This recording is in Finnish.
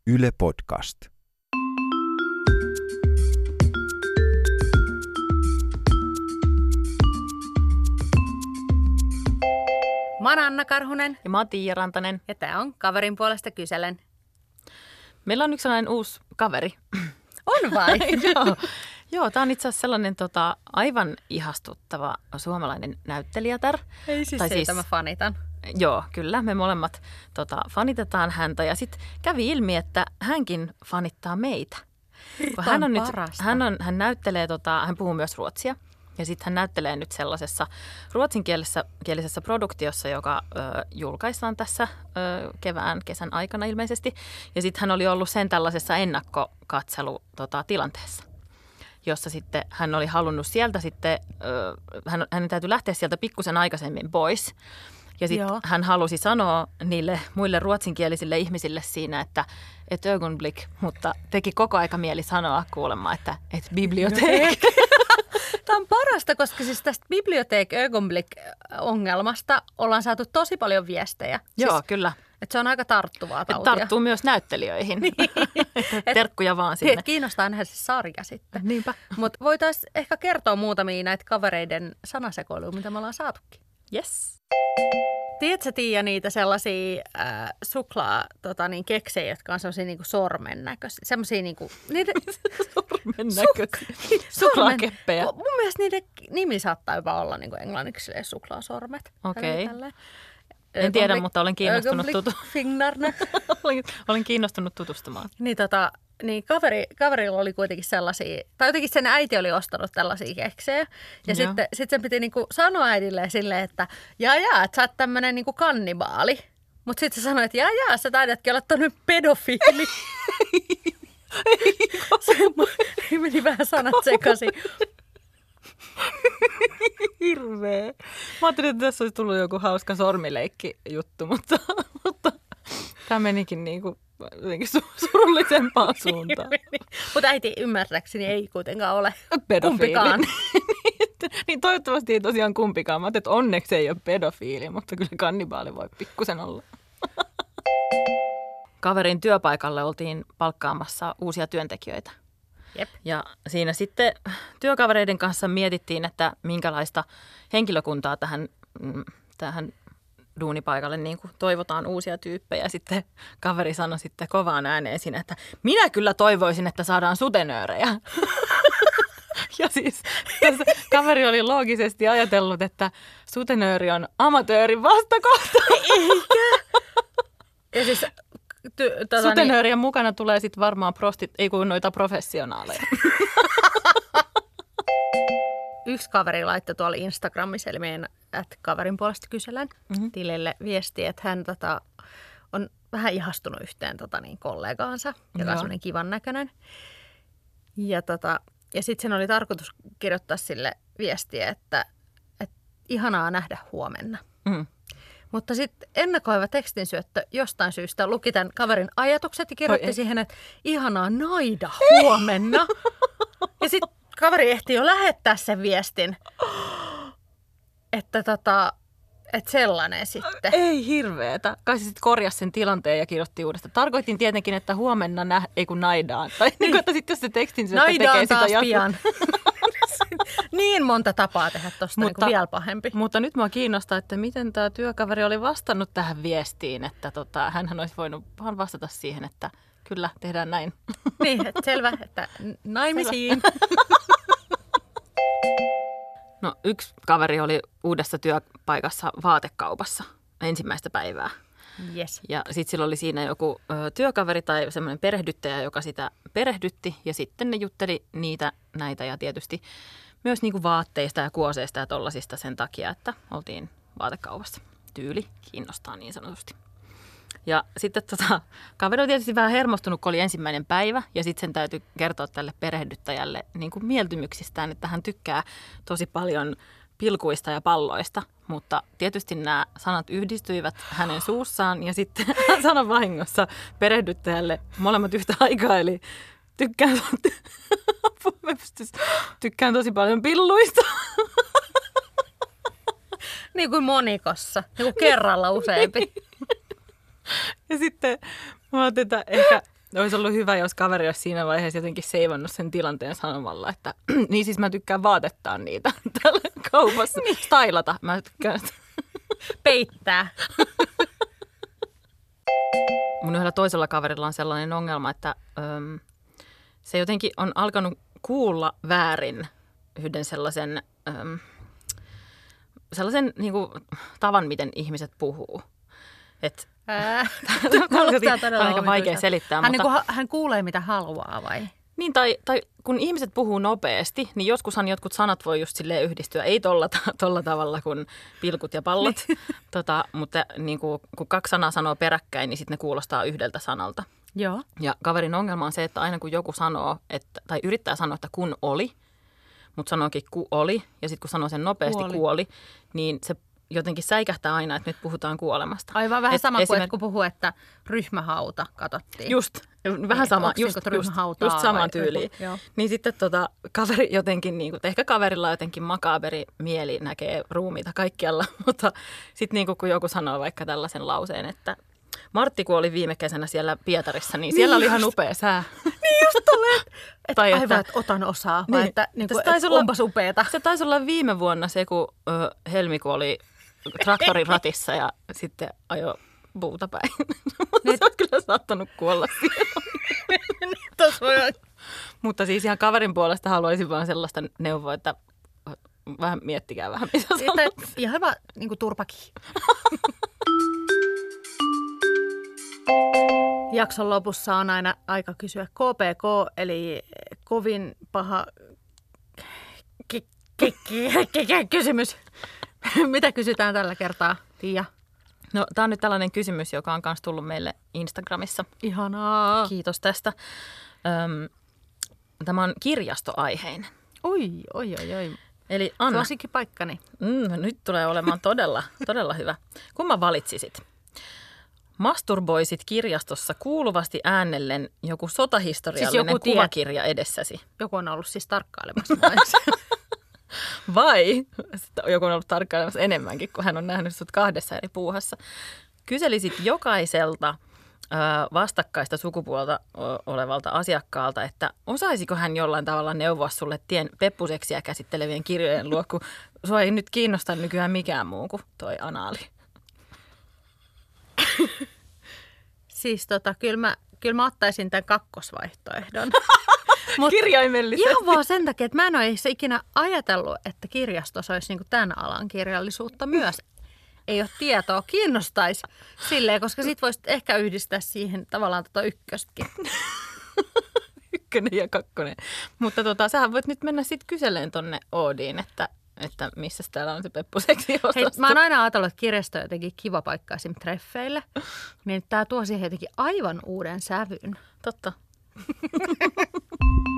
Yle Podcast. Mä oon Anna Karhunen. Ja mä oon Tiia Rantanen. Ja tää on Kaverin puolesta kyselen. Meillä on yksi sellainen uusi kaveri. On vai? Joo, tää on itse asiassa sellainen aivan ihastuttava suomalainen näyttelijätär. Ei siis mä fanitan. Joo, kyllä. Me molemmat fanitetaan häntä ja sitten kävi ilmi, että hänkin fanittaa meitä. Hän näyttelee, hän puhuu myös ruotsia. Ja sitten hän näyttelee nyt sellaisessa ruotsinkielisessä produktiossa, joka julkaistaan tässä kesän aikana ilmeisesti. Ja sitten hän oli ollut sen tällaisessa ennakkokatselu-tilanteessa, jossa sitten hän oli halunnut sieltä sitten, hänen täytyy lähteä sieltä pikkusen aikaisemmin pois. Ja sitten hän halusi sanoa niille muille ruotsinkielisille ihmisille siinä, että ögonblick, mutta teki koko aika mieli sanoa kuulemma, että bibliotek. Tämä on parasta, koska siis tästä bibliotek ögonblick-ongelmasta ollaan saatu tosi paljon viestejä. Joo, siis, kyllä. Että se on aika tarttuvaa tautia. Tarttuu myös näyttelijöihin. Terkkuja vaan sinne. Kiinnostaa nähdä se sarja sitten. Niinpä. Mutta voitaisiin ehkä kertoa muutamia näitä kavereiden sanasekoiluja, mitä me ollaan saatukin. Yes. Tiedätkö, Tiia, niitä sellaisia keksejä, jotka on sellaisia niinku sormen näköisiä? Sellaisia niinku... Sormen näköisiä. Suklaakeppejä. Mun mielestä niiden nimi saattaa jopa olla niinku englanniksi suklaasormet. Okei. En tiedä, mutta olen kiinnostunut olen kiinnostunut tutustumaan. Niin kaverilla oli kuitenkin sellaisia, tai jotenkin sen äiti oli ostanut tällaisia keksejä. Ja sitten sen piti niinku sanoa äidille silleen, että että sä oot tämmönen niinku kannibaali. Mutta sitten se sanoi, että sä taidatkin olla tämmönen pedofiili. Meni vähän sanat sekaisin. Hirveä. Mä ajattelin, että tässä olisi tullut joku hauska sormileikki-juttu, mutta tämä menikin niinku jotenkin surullisempaan suuntaan. Mutta äiti ymmärräkseni ei kuitenkaan ole pedofiili. Kumpikaan. Niin toivottavasti ei tosiaan kumpikaan. Mä ajattelin, että onneksi ei ole pedofiili, mutta kyllä kannibaali voi pikkusen olla. Kaverin työpaikalle oltiin palkkaamassa uusia työntekijöitä. Jep. Ja siinä sitten työkavereiden kanssa mietittiin, että minkälaista henkilökuntaa tähän duunipaikalle niin kuin toivotaan uusia tyyppejä. Sitten kaveri sanoi sitten kovaan ääneen siinä, että minä kyllä toivoisin, että saadaan sutenöörejä. Ja siis kaveri oli loogisesti ajatellut, että sutenööri on amatöörin vastakohta. Eikä. Ja siis... Sutenöörien mukana tulee sitten varmaan noita professionaaleja. Yksi kaveri laittoi tuolla Instagramissa, eli meidän kaverin puolesta kyselen tilille viestiä, että hän on vähän ihastunut yhteen kollegaansa, joka on sellainen kivan näköinen. Ja sitten sen oli tarkoitus kirjoittaa sille viestiä, että ihanaa nähdä huomenna. Mm. Mutta sitten ennakoiva tekstinsyöttö jostain syystä luki tämän kaverin ajatukset ja kirjoitti siihen, että ihanaa naida huomenna. Ja sitten kaveri ehti jo lähettää sen viestin, että sellainen sitten. Ei hirveetä. Kai se sitten korjasi sen tilanteen ja kirjoitti uudestaan. Tarkoitin tietenkin, että huomenna ei kun naidaan. Tai niin. Että sitten jos se tekstinsyöttö tekee sitä taas pian. Niin monta tapaa tehdä tuosta niin vielä pahempi. Mutta nyt mua kiinnostaa, että miten tämä työkaveri oli vastannut tähän viestiin, että hänhän olisi voinut vaan vastata siihen, että kyllä, tehdään näin. Niin, selvä, että naimisiin. No yksi kaveri oli uudessa työpaikassa vaatekaupassa ensimmäistä päivää. Yes. Ja sitten sillä oli siinä joku työkaveri tai semmoinen perehdyttäjä, joka sitä perehdytti. Ja sitten ne jutteli näitä ja tietysti myös niinku vaatteista ja kuoseista ja tollasista sen takia, että oltiin vaatekaupassa. Tyyli kiinnostaa niin sanotusti. Ja sitten kaveri oli tietysti vähän hermostunut, kun oli ensimmäinen päivä. Ja sitten sen täytyy kertoa tälle perehdyttäjälle niin kuin mieltymyksistään, että hän tykkää tosi paljon pilkuista ja palloista. Mutta tietysti nämä sanat yhdistyivät hänen suussaan ja sitten hän sanoi vahingossa perehdyttäjälle molemmat yhtä aikaa. Eli tykkään tosi paljon pilluista. Niin kuin monikossa, niin kuin kerralla useampi. Ja sitten mä ajattelin, että ehkä Olisi ollut hyvä, jos kaveri olisi siinä vaiheessa jotenkin seivannut sen tilanteen sanomalla, että niin siis mä tykkään vaatettaa niitä täällä kaupassa. Niin. Stylata. Mä tykkään peittää. Mun yhdellä toisella kaverilla on sellainen ongelma, että se jotenkin on alkanut kuulla väärin yhden sellaisen niin kuin tavan, miten ihmiset puhuu. Tämä on aika vaikea selittää. Hän kuulee, mitä haluaa vai? Niin, tai kun ihmiset puhuu nopeasti, niin joskushan jotkut sanat voi just silleen yhdistyä. Ei tolla tavalla kuin pilkut ja pallot, mutta niin kuin, kun kaksi sanaa sanoo peräkkäin, niin sitten ne kuulostaa yhdeltä sanalta. Joo. Ja kaverin ongelma on se, että aina kun joku sanoo, tai yrittää sanoa, että kun oli, mutta sanookin ku oli, ja sitten kun sanoo sen nopeasti kuoli, niin se jotenkin säikähtää aina, että nyt puhutaan kuolemasta. Aivan vähän sama kuin, kun puhuu, että ryhmähauta katsottiin. Just, vähän sama, just samaan tyyliin. Niin sitten kaveri jotenkin, niin kuin, ehkä kaverilla jotenkin makaaberi mieli näkee ruumiita kaikkialla, mutta sitten niin kun joku sanoo vaikka tällaisen lauseen, että Martti kuoli viime kesänä siellä Pietarissa, niin siellä oli ihan upea sää. Niin just tulee, että aivan, että otan osaa, vai että onpas upeeta. Se taisi olla viime vuonna se, kun Helmi kuoli traktorin ratissa ja sitten ajoi puuta päin. Se on kyllä saattanut kuolla siellä. Mutta siis ihan kaverin puolesta haluaisin vaan sellaista neuvoa, että vähän miettikää vähän, mitä sanoo. Ihan hyvä niin kuin turpaki. Jakson lopussa on aina aika kysyä KPK, eli kovin paha kysymys. Mitä kysytään tällä kertaa, Tiia? No, tämä on nyt tällainen kysymys, joka on myös tullut meille Instagramissa. Ihanaa. Kiitos tästä. Tämä on kirjastoaiheinen. Oi. Eli Anna. Suosikkipaikkani. Nyt tulee olemaan todella hyvä. Kumman valitsisit? Masturboisit kirjastossa kuuluvasti äänellen joku sotahistoriallinen siis kuvakirja edessäsi? Joku on ollut siis tarkkailemassa. Vai joku on ollut tarkkailemassa enemmänkin, kun hän on nähnyt sut 2 eri puuhassa. Kyselisit jokaiselta vastakkaista sukupuolta olevalta asiakkaalta, että osaisiko hän jollain tavalla neuvoa sulle tien peppuseksiä käsittelevien kirjojen luo, kun sua ei nyt kiinnosta nykyään mikään muu kuin toi anaali. Siis kyllä mä ottaisin tämän kakkosvaihtoehdon. Kirjaimellisesti. Ihan vaan sen takia, että mä en ole ikinä ajatellut, että kirjastossa olisi niin kuin tämän alan kirjallisuutta myös. Ei ole tietoa, kiinnostaisi silleen, koska sit voisit ehkä yhdistää siihen tavallaan ykköstäkin. 1 ja 2. Mutta sähän voit nyt mennä sitten kyseleen tonne Oodiin, että missä täällä on se peppuseksi osasto. Hei, mä oon aina ajatellut, että kirjasto on jotenkin kiva paikka esimerkiksi treffeille. Niin tää tuo siihen jotenkin aivan uuden sävyn. Totta.